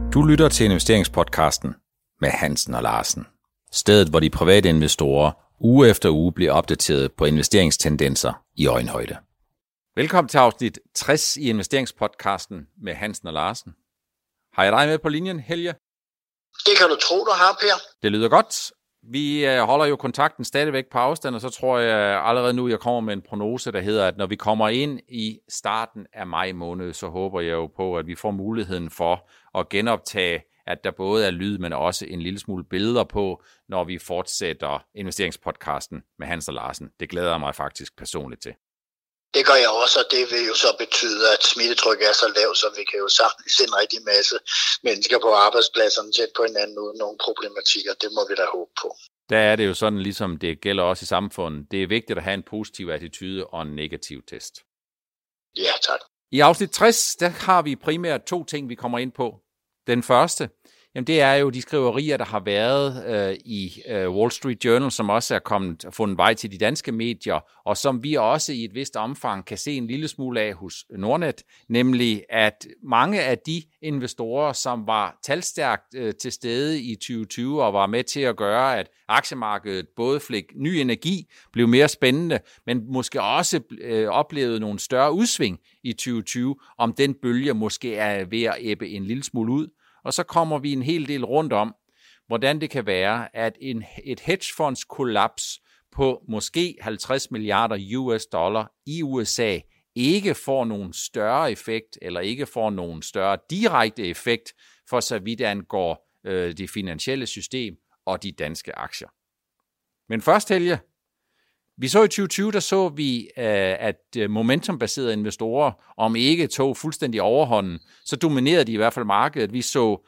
Du lytter til investeringspodcasten med Hansen og Larsen. Stedet, hvor de private investorer uge efter uge bliver opdateret på investeringstendenser i øjenhøjde. Velkommen til afsnit 60 i investeringspodcasten med Hansen og Larsen. Har jeg dig med på linjen, Helge? Det kan du tro, du har, Per. Det lyder godt. Vi holder jo kontakten stadigvæk på afstand, og så tror jeg allerede nu, jeg kommer med en prognose, der hedder, at når vi kommer ind i starten af maj måned, så håber jeg jo på, at vi får muligheden for at genoptage, at der både er lyd, men også en lille smule billeder på, når vi fortsætter investeringspodcasten med Hans og Larsen. Det glæder jeg mig faktisk personligt til. Det gør jeg også, og det vil jo så betyde, at smittetryk er så lavt, så vi kan jo samles en rigtig masse mennesker på arbejdspladserne tæt på hinanden uden nogle problematikker. Det må vi da håbe på. Der er det jo sådan, ligesom det gælder også i samfundet. Det er vigtigt at have en positiv attitude og en negativ test. Ja, tak. I afsnit 60, der har vi primært to ting, vi kommer ind på. Den første, jamen det er jo de skriverier, der har været i Wall Street Journal, som også er fundet vej til de danske medier, og som vi også i et vist omfang kan se en lille smule af hos Nordnet, nemlig at mange af de investorer, som var talstærkt til stede i 2020 og var med til at gøre, at aktiemarkedet både fik ny energi, blev mere spændende, men måske også oplevede nogle større udsving i 2020, om den bølge måske er ved at ebbe en lille smule ud. Og så kommer vi en hel del rundt om, hvordan det kan være, at et hedgefonds kollaps på måske 50 milliarder US dollar i USA ikke får nogen større effekt, eller ikke får nogen større direkte effekt, for så vidt angår det finansielle system og de danske aktier. Men først, Helge, vi så i 2020, der så vi, at momentumbaserede investorer, om ikke tog fuldstændig overhånden, så dominerede de i hvert fald markedet. Vi så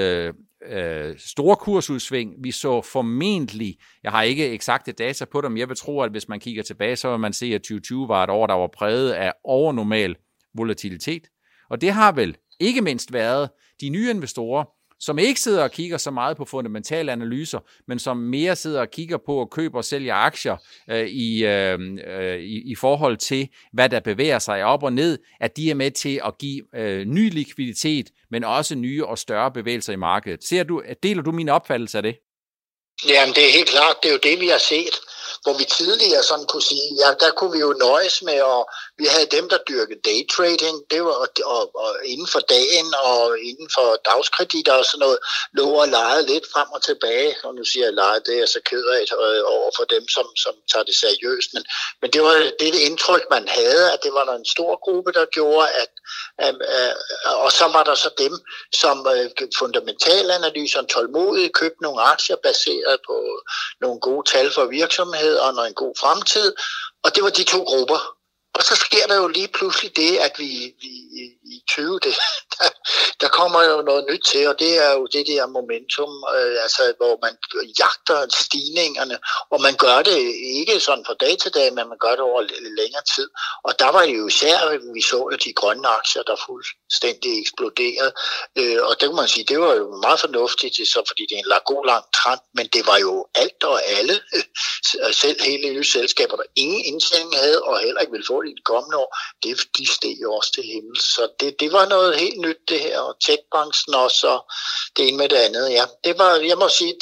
store kursudsving. Vi så formentlig, jeg har ikke eksakte data på dem, jeg vil tro, at hvis man kigger tilbage, så vil man se, at 2020 var et år, der var præget af overnormal volatilitet. Og det har vel ikke mindst været de nye investorer, som ikke sidder og kigger så meget på fundamentale analyser, men som mere sidder og kigger på at købe og sælge aktier i forhold til, hvad der bevæger sig op og ned, at de er med til at give ny likviditet, men også nye og større bevægelser i markedet. Deler du min opfattelse af det? Jamen, det er helt klart. Det er jo det, vi har set. Hvor vi tidligere sådan kunne sige, ja, der kunne vi jo nøjes med, og vi havde dem, der dyrkede daytrading, det var og inden for dagen og inden for dagskreditter og sådan noget, lå og legede lidt frem og tilbage, og nu siger jeg leget, det er så ked af over for dem, som tager det seriøst, men det var det indtryk, man havde, at det var der en stor gruppe, der gjorde, og så var der så dem, som fundamentalanalyser, tålmodigt købte nogle aktier baseret på nogle gode tal for virksomheder, og en god fremtid, og det var de to grupper. Og så sker der jo lige pludselig det, at vi i 20, der kommer jo noget nyt til, og det er jo det der momentum, hvor man jagter stigningerne, og man gør det ikke sådan fra dag til dag, men man gør det over længere tid. Og der var det jo især, vi så jo de grønne aktier, der fuldstændig eksploderede, og det kan man sige, det var jo meget fornuftigt, så fordi det er en god lang trend, men det var jo alt og alle, selv hele nye selskaber, der ingen indtjening havde, og heller ikke ville få i det kommende år, de steg jo også til himmel. Så det var noget helt nyt, det her, og techbranchen også, og det ene med det andet, ja. Det var, jeg må sige,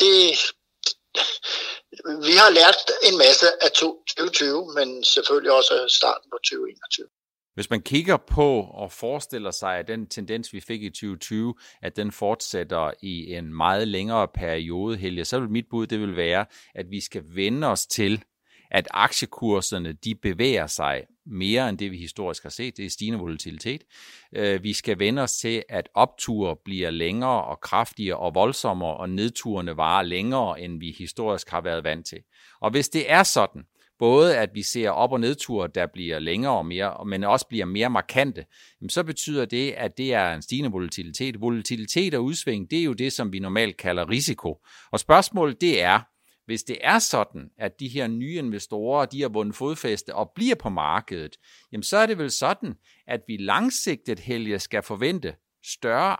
vi har lært en masse af 2020, men selvfølgelig også starten på 2021. Hvis man kigger på og forestiller sig, at den tendens, vi fik i 2020, at den fortsætter i en meget længere periode, Helge, så vil mit bud, det vil være, at vi skal vende os til, at aktiekurserne, de bevæger sig mere end det, vi historisk har set. Det er stigende volatilitet. Vi skal vende os til, at opture bliver længere og kraftigere og voldsommere, og nedturene varer længere, end vi historisk har været vant til. Og hvis det er sådan, både at vi ser op- og nedture, der bliver længere og mere, men også bliver mere markante, så betyder det, at det er en stigende volatilitet. Volatilitet og udsving, det er jo det, som vi normalt kalder risiko. Og spørgsmålet det er, hvis det er sådan, at de her nye investorer, de har vundet fodfæste og bliver på markedet, jamen så er det vel sådan, at vi langsigtet, Helge, skal forvente større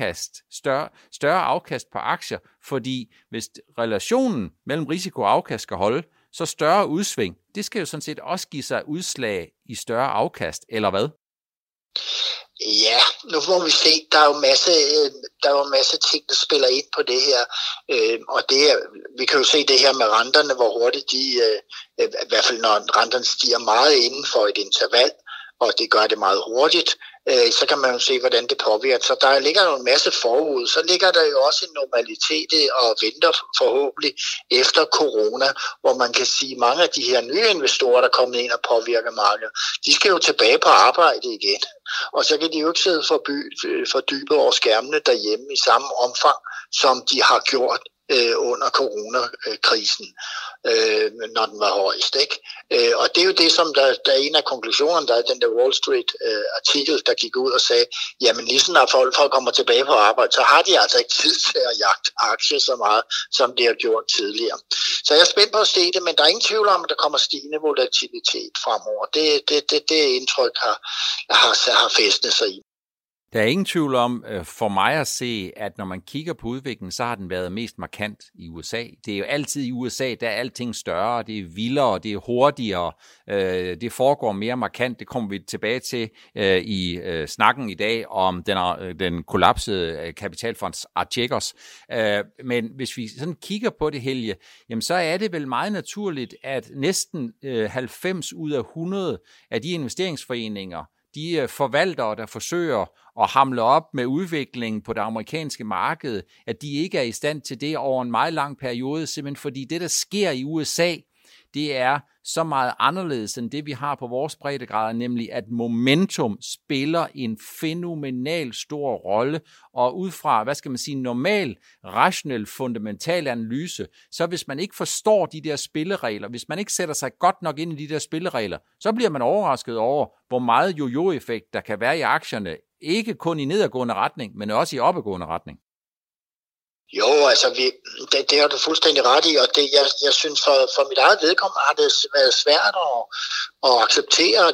afkast på aktier, fordi hvis relationen mellem risiko og afkast skal holde, så større udsving, det skal jo sådan set også give sig udslag i større afkast, eller hvad? Ja, nu må vi se, der er jo en masse ting, der spiller ind på det her, og vi kan jo se det her med renterne, hvor hurtigt de, i hvert fald når renterne stiger meget inden for et interval, og det gør det meget hurtigt, så kan man jo se, hvordan det påvirker. Så der ligger jo en masse forud. Så ligger der jo også en normalitet og venter forhåbentlig efter corona, hvor man kan sige, at mange af de her nye investorer, der er kommet ind og påvirker markedet, de skal jo tilbage på arbejde igen. Og så kan de jo ikke sidde fordybet over skærmene derhjemme i samme omfang, som de har gjort under coronakrisen, når den var højst, ikke? Og det er jo det, som der er en af konklusionerne, der er den der Wall Street artikel, der gik ud og sagde, jamen lige sådan, når folk kommer tilbage på arbejde, så har de altså ikke tid til at jagte aktier så meget, som de har gjort tidligere. Så jeg er spændt på at se det, men der er ingen tvivl om, at der kommer stigende volatilitet fremover. Det indtryk har fæstnet sig i. Der er ingen tvivl om for mig at se, at når man kigger på udviklingen, så har den været mest markant i USA. Det er jo altid i USA, der er alting større, det er vildere, det er hurtigere, det foregår mere markant. Det kommer vi tilbage til i snakken i dag om den kollapsede kapitalfonds Archegos. Men hvis vi sådan kigger på det, Helge, jamen så er det vel meget naturligt, at næsten 90 ud af 100 af de investeringsforeninger, de forvaltere, der forsøger at hamle op med udviklingen på det amerikanske marked, at de ikke er i stand til det over en meget lang periode, simpelthen fordi det, der sker i USA, det er så meget anderledes end det, vi har på vores breddegrader, nemlig at momentum spiller en fænomenal stor rolle, og ud fra, normal, rationel, fundamental analyse, så hvis man ikke forstår de der spilleregler, hvis man ikke sætter sig godt nok ind i de der spilleregler, så bliver man overrasket over, hvor meget jojo-effekt der kan være i aktierne, ikke kun i nedadgående retning, men også i opadgående retning. Jo, altså det har du fuldstændig ret i, og det, jeg synes for mit eget vedkommende har det været svært at acceptere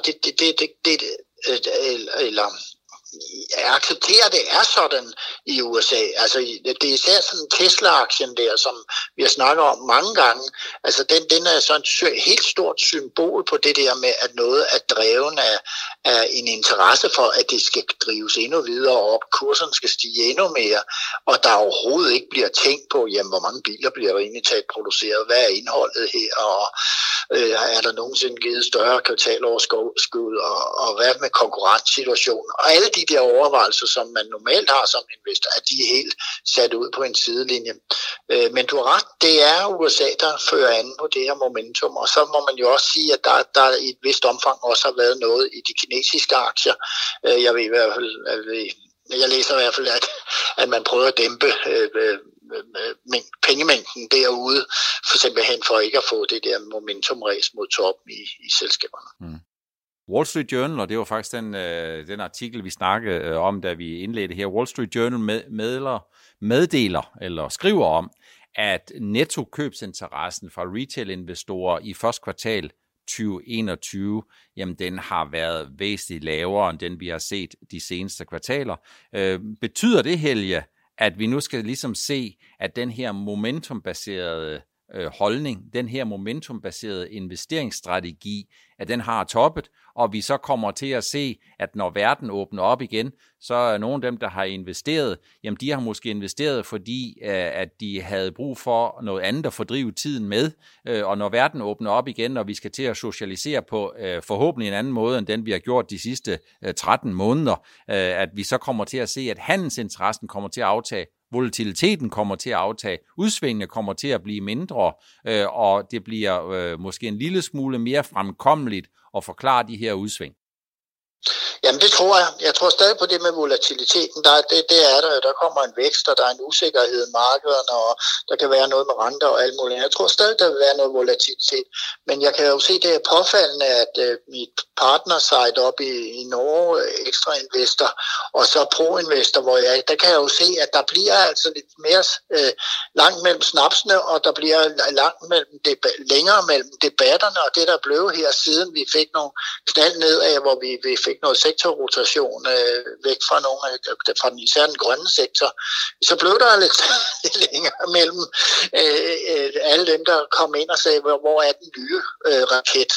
jeg accepterer, det er sådan i USA. Altså, det er især sådan Tesla-aktien der, som vi har snakket om mange gange. Altså, den er sådan et helt stort symbol på det der med, at noget er dreven af en interesse for, at det skal drives endnu videre op. Kurserne skal stige endnu mere, og der overhovedet ikke bliver tænkt på, jamen, hvor mange biler bliver der egentlig taget produceret, hvad er indholdet her, og er der nogensinde givet større kapitaloverskud, og hvad med konkurrencesituationen, og alle de der overvejelser, som man normalt har som investor, at de er helt sat ud på en sidelinje. Men du har ret, det er USA, der fører an på det her momentum, og så må man jo også sige, at der i et vist omfang også har været noget i de kinesiske aktier. Jeg ved i hvert fald, jeg læser i hvert fald, at man prøver at dæmpe pengemængden derude, for simpelthen for ikke at få det der momentumræs mod toppen i selskaberne. Mm. Wall Street Journal, og det var faktisk den artikel, vi snakkede om, da vi indledte her. Wall Street Journal meddeler eller skriver om, at nettokøbsinteressen fra retail-investorer i første kvartal 2021, jamen den har været væsentligt lavere end den, vi har set de seneste kvartaler. Betyder det, Helge, at vi nu skal ligesom se, at den her momentumbaserede holdning, den her momentumbaserede investeringsstrategi, at den har toppet, og vi så kommer til at se, at når verden åbner op igen, så er nogle af dem, der har investeret, jamen de har måske investeret, fordi at de havde brug for noget andet at fordrive tiden med, og når verden åbner op igen, og vi skal til at socialisere på forhåbentlig en anden måde, end den vi har gjort de sidste 13 måneder, at vi så kommer til at se, at handelsinteressen kommer til at aftage, volatiliteten kommer til at aftage, udsvingene kommer til at blive mindre, og det bliver måske en lille smule mere fremkommeligt at forklare de her udsving. Jamen det tror jeg. Jeg tror stadig på det med volatiliteten. Det er der. Der kommer en vækst, og der er en usikkerhed i markederne, og der kan være noget med renter og alt muligt. Jeg tror stadig, der vil være noget volatilitet. Men jeg kan jo se, det er påfaldende, at mit partnersite op i Norge, Extra Investor, og så Pro-Investor, der kan jeg jo se, at der bliver altså lidt mere langt mellem snapsene, og der bliver længere mellem debatterne, og det der blev her, siden vi fik nogle knald nedad, hvor vi fik noget sektorrotation væk fra fra især den grønne sektor, så blev der lidt længere mellem alle dem, der kom ind og sagde, hvor er den nye raket?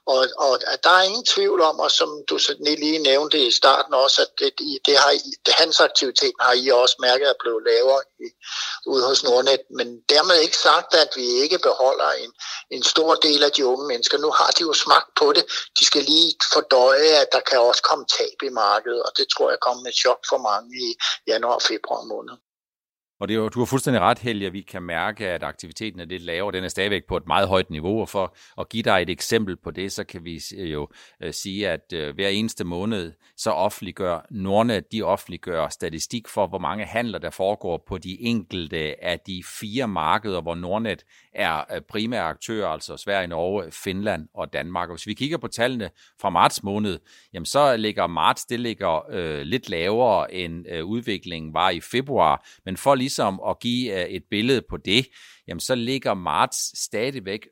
Og der er ingen tvivl om, og som du lige nævnte i starten også, at hans aktivitet har I også mærket at blive lavere ude hos Nordnet, men dermed ikke sagt, at vi ikke beholder en stor del af de unge mennesker. Nu har de jo smagt på det. De skal lige fordøje, at der kan også komme tab i markedet, og det tror jeg kommer et chok for mange i januar og februar måned. Og det er jo, du har fuldstændig ret, Helge, at vi kan mærke, at aktiviteten er lidt lavere. Den er stadigvæk på et meget højt niveau, og for at give dig et eksempel på det, så kan vi jo sige, at hver eneste måned, så offentliggør Nordnet, de offentliggør statistik for, hvor mange handler, der foregår på de enkelte af de 4 markeder, hvor Nordnet er primære aktører, altså Sverige, Norge, Finland og Danmark. Og hvis vi kigger på tallene fra marts måned, jamen så ligger marts, det ligger lidt lavere end udviklingen var i februar, men for ligesom at give et billede på det, jamen så ligger marts stadigvæk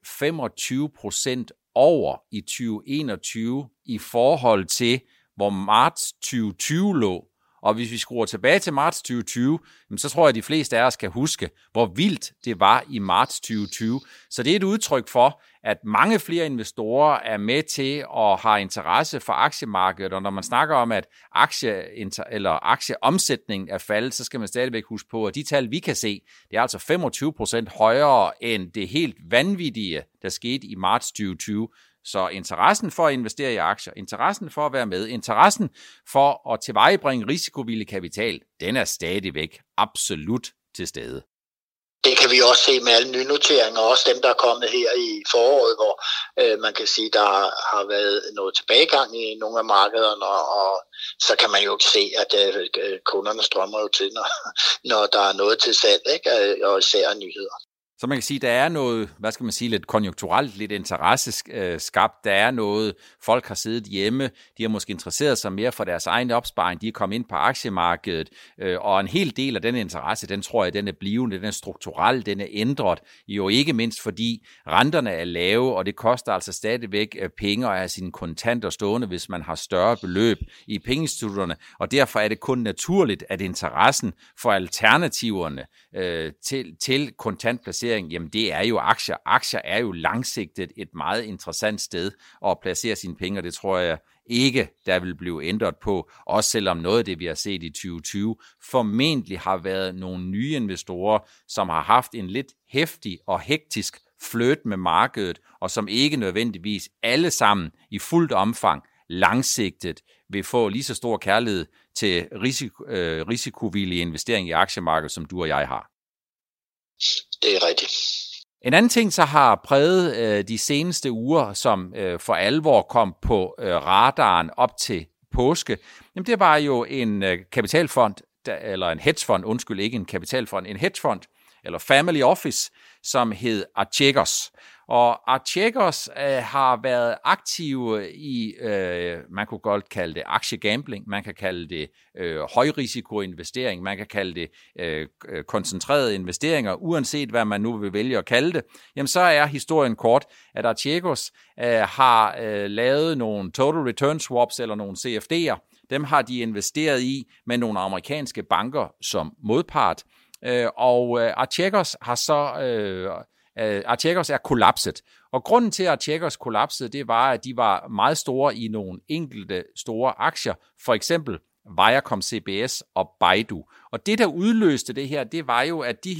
25% over i 2021 i forhold til, hvor marts 2020 lå. Og hvis vi skruer tilbage til marts 2020, så tror jeg, at de fleste af os kan huske, hvor vildt det var i marts 2020. Så det er et udtryk for, at mange flere investorer er med til og har interesse for aktiemarkedet. Og når man snakker om, at aktieomsætningen er faldet, så skal man stadigvæk huske på, at de tal, vi kan se, det er altså 25% højere end det helt vanvittige, der skete i marts 2020. Så interessen for at investere i aktier, interessen for at være med, interessen for at tilvejebringe risikovillig kapital, den er stadigvæk absolut til stede. Det kan vi også se med alle nynoteringer, også dem, der er kommet her i foråret, hvor man kan sige, der har været noget tilbagegang i nogle af markederne, og så kan man jo se, at kunderne strømmer jo til, når der er noget til salg, ikke? Og især nyheder. Så man kan sige, der er noget, lidt konjunkturelt, lidt interesseskabt. Der er noget, folk har siddet hjemme, de har måske interesseret sig mere for deres egen opsparing, de er kommet ind på aktiemarkedet, og en hel del af den interesse, den tror jeg, den er blivende, den er strukturel, den er ændret, jo ikke mindst fordi renterne er lave, og det koster altså stadigvæk penge at have sine kontanter stående, hvis man har større beløb i pengeinstitutterne, og derfor er det kun naturligt, at interessen for alternativerne til kontantplacering, jamen det er jo aktier. Aktier er jo langsigtet et meget interessant sted at placere sine penge, og det tror jeg ikke, der vil blive ændret på, også selvom noget af det, vi har set i 2020, formentlig har været nogle nye investorer, som har haft en lidt heftig og hektisk flirt med markedet, og som ikke nødvendigvis alle sammen i fuldt omfang langsigtet vil få lige så stor kærlighed til risikovillig investering i aktiemarkedet, som du og jeg har. Det er rigtigt. En anden ting, så har præget de seneste uger, som for alvor kom på radaren op til påske, jamen det var jo en kapitalfond, eller en hedgefond, ikke en kapitalfond, en hedgefond, eller family office, som hed Archegos. Og Archegos har været aktive i, man kunne godt kalde det aktiegambling, man kan kalde det højrisikoinvestering, man kan kalde det koncentrerede investeringer, uanset hvad man nu vil vælge at kalde det. Jamen så er historien kort, at Archegos har lavet nogle total return swaps eller nogle CFD'er. Dem har de investeret i med nogle amerikanske banker som modpart. Og Archegos har så Archegos er kollapset. Og grunden til, at Archegos kollapsede, det var, at de var meget store i nogle enkelte store aktier, for eksempel Viacom CBS og Baidu. Og det, der udløste det her, det var jo, at de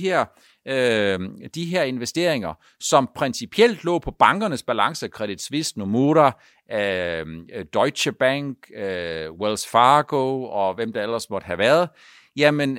her investeringer, som principielt lå på bankernes balance, Credit Suisse, Nomura, Deutsche Bank, Wells Fargo og hvem der ellers måtte have været, jamen,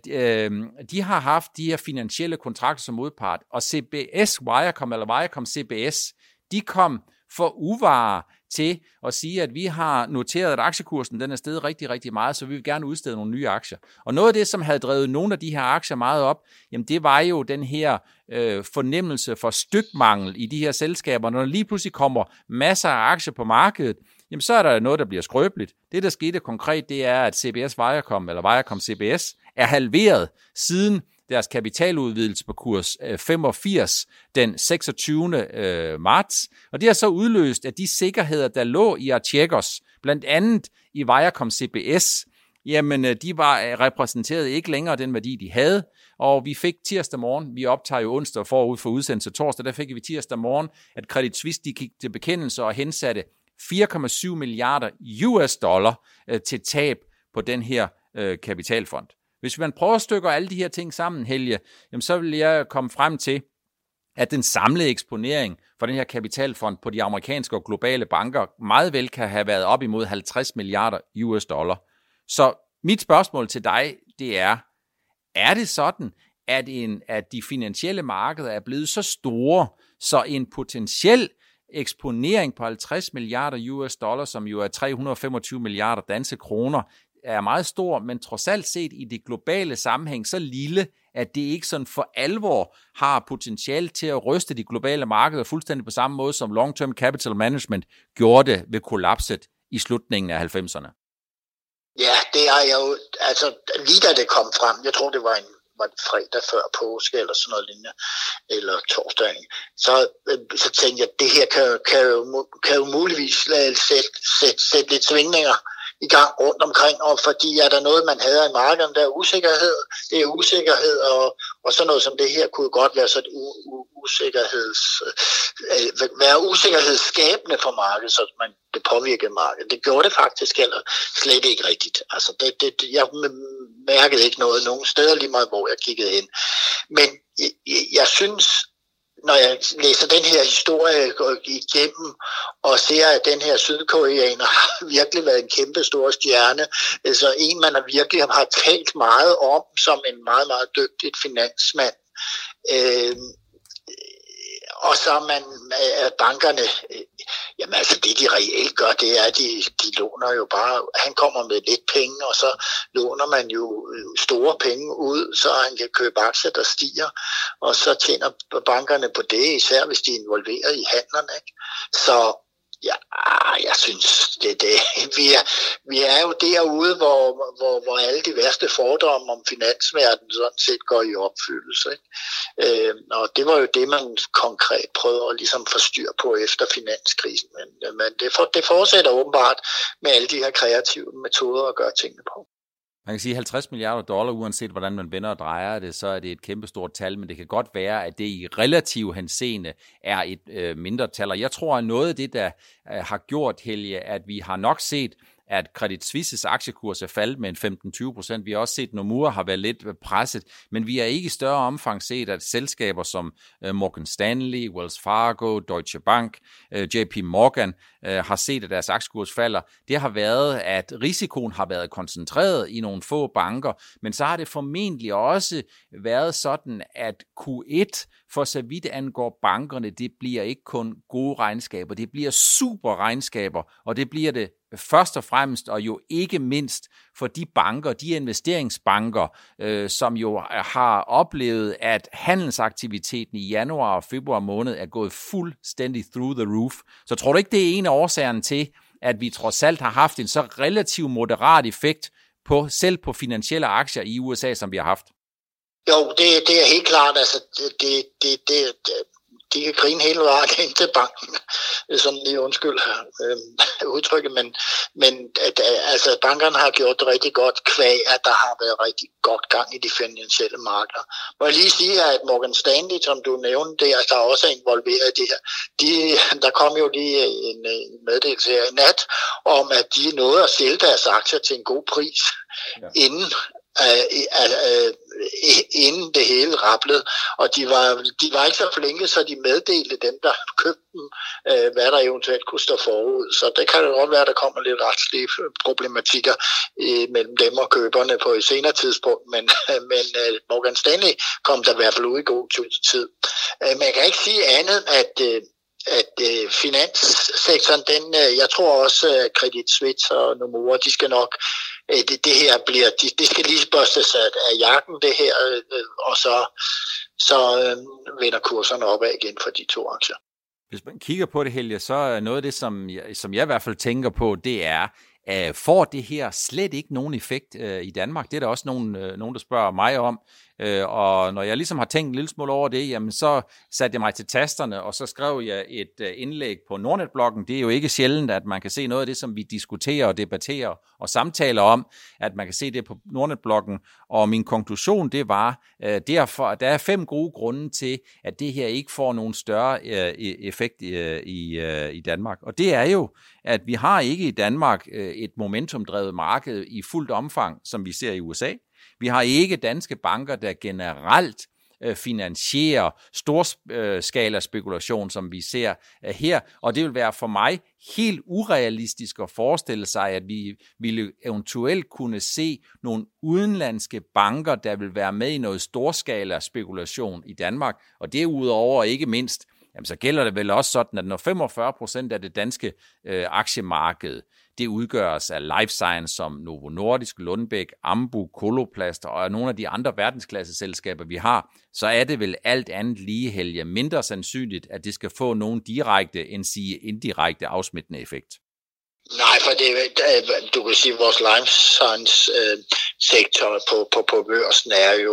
de har haft de her finansielle kontrakter som modpart, og CBS Viacom eller Viacom CBS, de kom for uvare til at sige, at vi har noteret, at aktiekursen den er steget rigtig, rigtig meget, så vi vil gerne udstede nogle nye aktier. Og noget af det, som havde drevet nogle af de her aktier meget op, jamen det var jo den her fornemmelse for stykmangel i de her selskaber. Når der lige pludselig kommer masser af aktier på markedet, jamen så er der noget, der bliver skrøbeligt. Det, der skete konkret, det er, at CBS Viacom, eller Viacom CBS, er halveret siden deres kapitaludvidelse på kurs 85 den 26. marts. Og det har så udløst, at de sikkerheder, der lå i Archegos, blandt andet i Viacom CBS, Jamen, de var repræsenteret ikke længere den værdi, de havde, og vi fik tirsdag morgen, vi optager jo onsdag forud for udsendelse torsdag, der fik vi tirsdag morgen, at Credit Suisse, de gik til bekendelse og hensatte 4,7 milliarder US dollar til tab på den her kapitalfond. Hvis man prøver at stykke alle de her ting sammen, Helge, jamen, så vil jeg komme frem til, at den samlede eksponering for den her kapitalfond på de amerikanske og globale banker meget vel kan have været op imod 50 milliarder US dollar. Så mit spørgsmål til dig, det er det sådan, at de finansielle markeder er blevet så store, så en potentiel eksponering på 50 milliarder US dollar, som jo er 325 milliarder danske kroner, er meget stor, men trods alt set i det globale sammenhæng så lille, at det ikke sådan for alvor har potentiale til at ryste de globale markeder fuldstændig på samme måde, som long-term capital management gjorde det ved kollapset i slutningen af 90'erne. Ja, det er jeg jo, altså lige da det kom frem, jeg tror det var en fredag før påske eller sådan noget lignende, eller torsdag, så tænkte jeg, at det her kan jo muligvis sætte lidt svingninger i gang rundt omkring, og fordi er der noget, man havde i markedet, der er usikkerhed, det er usikkerhed, og sådan noget som det her kunne godt være så være usikkerhedsskabende for markedet, så det påvirkede markedet. Det gjorde det faktisk heller slet ikke rigtigt. Altså jeg mærkede ikke noget nogen steder lige meget, hvor jeg kiggede hen. Men jeg synes, når jeg læser den her historie igennem og ser, at den her sydkoreaner har virkelig været en kæmpe stor stjerne, altså en, man virkelig har talt meget om som en meget, meget dygtig finansmand. Og så bankerne, jamen altså det de reelt gør, det er, at de låner jo bare, han kommer med lidt penge, og så låner man jo store penge ud, så han kan købe aktier, der stiger, og så tjener bankerne på det, især hvis de er involveret i handlerne, ikke? Så ja, jeg synes, vi er jo derude, hvor alle de værste fordomme om finansverdenen sådan set går i opfyldelse. Ikke? Og det var jo det, man konkret prøvede at ligesom få styr på efter finanskrisen. Men det fortsætter åbenbart med alle de her kreative metoder at gøre tingene på. Man kan sige 50 milliarder dollar, uanset hvordan man vender og drejer det, så er det et kæmpestort tal, men det kan godt være, at det i relativ henseende er et mindre tal. Og jeg tror, at noget af det, der har gjort, Helge, at vi har nok set, at Credit Suisses aktiekurs er faldet med en 15-20%. Vi har også set, at Nomura har været lidt presset, men vi har ikke i større omfang set, at selskaber som Morgan Stanley, Wells Fargo, Deutsche Bank, JP Morgan har set, at deres aktiekurs falder. Det har været, at risikoen har været koncentreret i nogle få banker, men så har det formentlig også været sådan, at Q1 for så vidt angår bankerne, det bliver ikke kun gode regnskaber, det bliver super regnskaber, og det bliver det først og fremmest, og jo ikke mindst for de banker, de investeringsbanker, som jo har oplevet, at handelsaktiviteten i januar og februar måned er gået fuldstændig through the roof. Så tror du ikke, det er en af årsagerne til, at vi trods alt har haft en så relativt moderat effekt selv på finansielle aktier i USA, som vi har haft? Jo, det er helt klart. Altså, de kan grine hele vejen ind til banken, sådan lige undskyld udtrykket, men altså, bankerne har gjort det rigtig godt kvæg, at der har været rigtig godt gang i de finansielle markeder. Må jeg lige sige, at Morgan Stanley, som du nævnte, der også er involveret i det her, der kom jo lige en meddelelse her i nat, om at de nåede at sælge deres aktier til en god pris, inden det hele rablede, og de var ikke så flinke, så de meddelte dem, der købte dem, hvad der eventuelt kunne stå forud. Så det kan jo godt være, at der kommer lidt retslige problematikker mellem dem og køberne på et senere tidspunkt, men Morgan Stanley kom der i hvert fald ud i god tid. Men jeg kan ikke sige andet, at finanssektoren, jeg tror også, at Credit Suisse og Nomura, de skal nok det her det skal lige børstes af jakken, det her, og så vender kurserne opad igen for de to aktier. Hvis man kigger på det, Helge, så er noget af det, som jeg i hvert fald tænker på, det er, får det her slet ikke nogen effekt i Danmark? Det er der også nogen, der spørger mig om. Og når jeg ligesom har tænkt en lille smule over det, jamen så satte jeg mig til tasterne, og så skrev jeg et indlæg på Nordnet-bloggen. Det er jo ikke sjældent, at man kan se noget af det, som vi diskuterer og debatterer og samtaler om, at man kan se det på Nordnet-bloggen. Og min konklusion, det var, derfor, at der er 5 gode grunde til, at det her ikke får nogen større effekt i Danmark. Og det er jo, at vi har ikke i Danmark et momentumdrevet marked i fuldt omfang, som vi ser i USA. Vi har ikke danske banker, der generelt finansierer storskala spekulation, som vi ser her, og det vil være for mig helt urealistisk at forestille sig, at vi ville eventuelt kunne se nogle udenlandske banker, der vil være med i noget storskala spekulation i Danmark, og derudover ikke mindst, jamen så gælder det vel også sådan, at når 45% af det danske aktiemarked, det udgøres af life science som Novo Nordisk, Lundbeck, Ambu, Coloplast og nogle af de andre verdensklasseselskaber, vi har, så er det vel alt andet lige helge mindre sandsynligt, at det skal få nogen direkte, end sige indirekte afsmittende effekt. Nej, for det, du kan sige, at vores life science sektor på børsen er jo,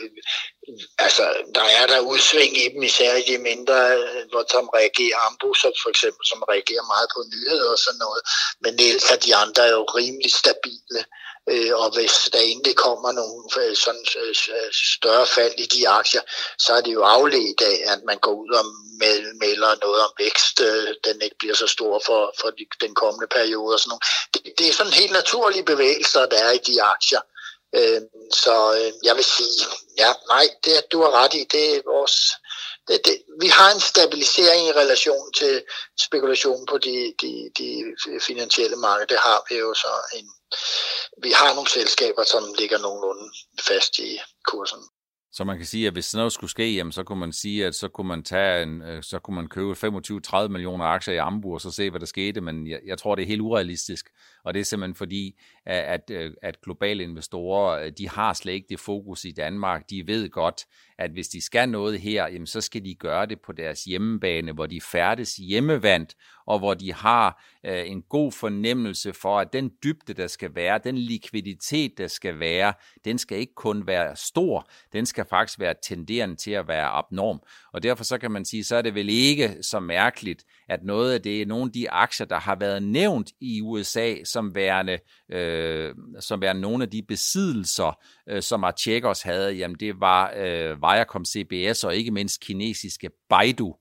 altså der er der udsving i dem, især i de mindre, som reagerer Ambu, for eksempel, som reagerer meget på nyheder og sådan noget, men ellers er de andre jo rimelig stabile. Og hvis der endelig kommer nogle sådan større fald i de aktier, så er det jo afledt af, at man går ud og melder noget om vækst, den ikke bliver så stor for den kommende periode og sådan noget. Det er sådan helt naturlige bevægelser, der er i de aktier. Så jeg vil sige, ja, nej, du har ret i, det er vores... vi har en stabilisering i relation til spekulation på de finansielle markeder. Det har vi jo så vi har nogle selskaber, som ligger nogenlunde fast i kursen. Så man kan sige, at hvis sådan noget skulle ske, jamen, så kunne man sige, at så kunne man købe 25-30 millioner aktier i Ambu, og så se, hvad der skete, men jeg tror, det er helt urealistisk, og det er simpelthen fordi, at globale investorer, de har slet ikke det fokus i Danmark. De ved godt, at hvis de skal noget her, jamen, så skal de gøre det på deres hjemmebane, hvor de færdes hjemmevandt, og hvor de har en god fornemmelse for, at den dybde, der skal være, den likviditet, der skal være, den skal ikke kun være stor, den skal faktisk være tenderende til at være abnorm. Og derfor så kan man sige, så er det vel ikke så mærkeligt, at noget af det, nogle af de aktier, der har været nævnt i USA som værende nogle af de besiddelser, som Archegos havde, jamen det var Viacom CBS og ikke mindst kinesiske Baidu,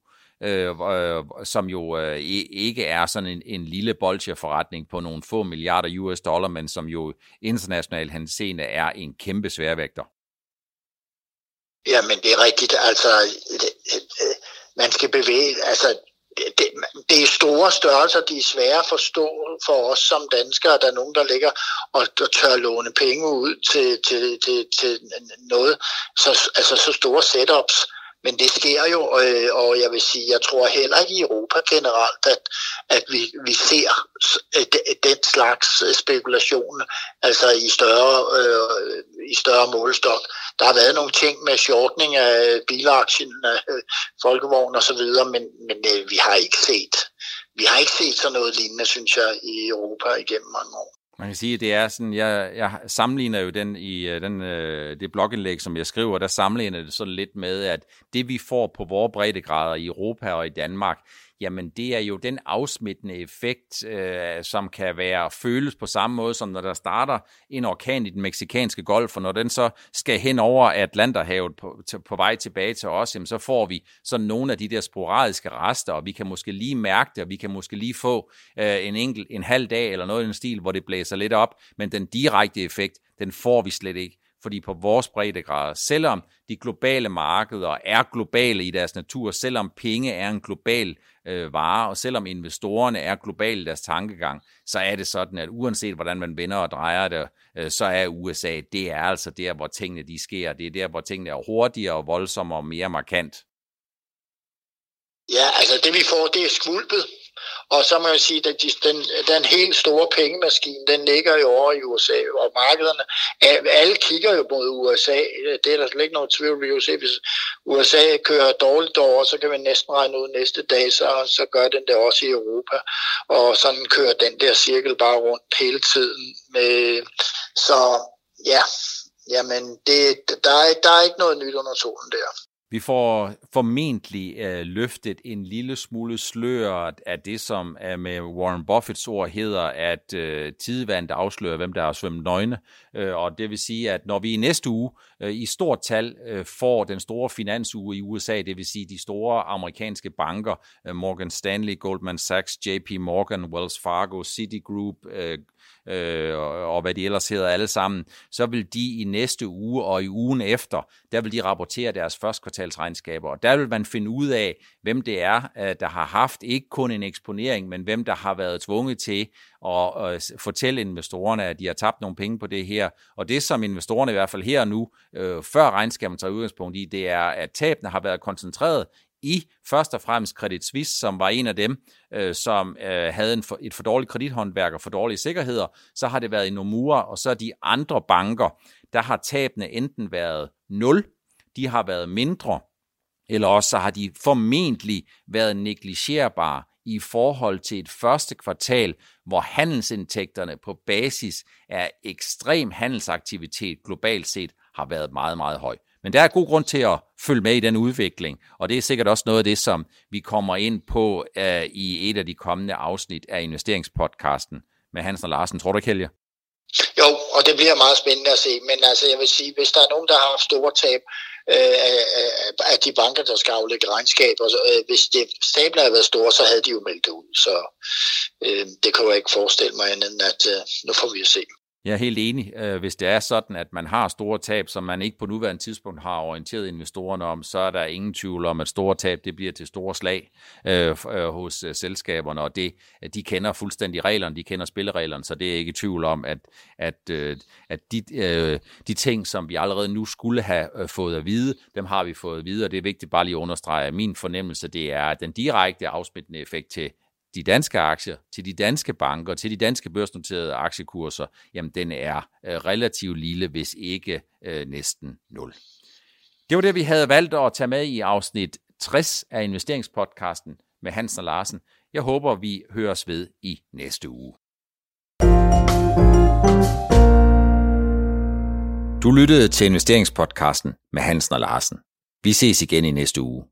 som jo ikke er sådan en lille bolsjeforretning på nogle få milliarder US dollar, men som jo international henseende er en kæmpe sværvægter. Ja, men det er rigtigt. Altså, man skal bevæge, altså, det er store størrelser, de er svære at forstå for os som danskere. Der er nogen, der ligger og tør låne penge ud til noget, så store setups. Men det sker jo, og jeg vil sige, jeg tror heller ikke i Europa generelt, at vi ser den slags spekulation, altså i større målestok. Der har været nogle ting med shortning af bilaktien, folkevogn og så videre, men vi har ikke set sådan noget lignende, synes jeg, i Europa igennem mange år. Man kan sige, at det er sådan, jeg sammenligner jo den i det blogindlæg, som jeg skriver, der sammenligner det sådan lidt med, at det vi får på vores breddegrader i Europa og i Danmark, jamen det er jo den afsmittende effekt, som kan føles på samme måde, som når der starter en orkan i den meksikanske golf, og når den så skal hen over Atlanterhavet på vej tilbage til os, jamen så får vi sådan nogle af de der sporadiske rester, og vi kan måske lige mærke det, og vi kan måske lige få en halv dag eller noget i den stil, hvor det blæser lidt op, men den direkte effekt, den får vi slet ikke. Fordi på vores breddegrader, selvom de globale markeder er globale i deres natur, selvom penge er en global vare, og selvom investorerne er globale i deres tankegang, så er det sådan, at uanset hvordan man vender og drejer det, så er USA, det er altså der, hvor tingene de sker. Det er der, hvor tingene er hurtigere og voldsommere og mere markant. Ja, altså det vi får, det er skvulpet. Og så må jeg sige, at den helt store pengemaskine, den ligger jo over i USA, og markederne, alle kigger jo mod USA. Det er der slet ikke noget tvivl i USA. Hvis USA kører dårligt over, så kan vi næsten regne ud næste dag, så gør den det også i Europa. Og sådan kører den der cirkel bare rundt hele tiden. Så ja, jamen der er ikke noget nyt under solen der. Vi får formentlig løftet en lille smule sløret af det, som med Warren Buffetts ord hedder, at tidevandet afslører, hvem der har svømmet nøgne. Og det vil sige, at når vi i næste uge i stort tal får den store finansuge i USA, det vil sige de store amerikanske banker, Morgan Stanley, Goldman Sachs, JP Morgan, Wells Fargo, Citigroup, og hvad de ellers hedder alle sammen, så vil de i næste uge og i ugen efter, der vil de rapportere deres første kvartalsregnskaber, og der vil man finde ud af, hvem det er, der har haft ikke kun en eksponering, men hvem der har været tvunget til at fortælle investorerne, at de har tabt nogle penge på det her. Og det, som investorerne i hvert fald her og nu, før regnskaberne tager udgangspunkt i, det er, at tabene har været koncentreret i først og fremmest Credit Suisse, som var en af dem, som havde et for dårligt kredithåndværk og for dårlige sikkerheder. Så har det været i Nomura, og så de andre banker, der har tabene enten været 0, de har været mindre, eller også så har de formentlig været negligerbare i forhold til et første kvartal, hvor handelsindtægterne på basis af ekstrem handelsaktivitet globalt set har været meget, meget høj. Men der er god grund til at følge med i den udvikling, og det er sikkert også noget af det, som vi kommer ind på i et af de kommende afsnit af investeringspodcasten med Hansen og Larsen. Tror du ikke, Helge? Jo, og det bliver meget spændende at se, men altså jeg vil sige, hvis der er nogen, der har haft store tab af de banker, der skal aflægge regnskab, og hvis det stabler havde været store, så havde de jo meldt det ud, så det kan jeg ikke forestille mig andet end, at nu får vi at se. Jeg er helt enig. Hvis det er sådan, at man har store tab, som man ikke på nuværende tidspunkt har orienteret investorerne om, så er der ingen tvivl om, at store tab det bliver til store slag hos selskaberne, og de kender fuldstændig reglerne, de kender spillereglerne, så det er ikke i tvivl om, at de ting, som vi allerede nu skulle have fået at vide, dem har vi fået at vide, og det er vigtigt bare lige at understrege, at min fornemmelse det er, at den direkte afsmittende effekt til de danske aktier, til de danske banker, til de danske børsnoterede aktiekurser, jamen den er relativt lille, hvis ikke næsten 0. Det var det, vi havde valgt at tage med i afsnit 60 af investeringspodcasten med Hansen og Larsen. Jeg håber, vi høres ved i næste uge. Du lyttede til investeringspodcasten med Hansen og Larsen. Vi ses igen i næste uge.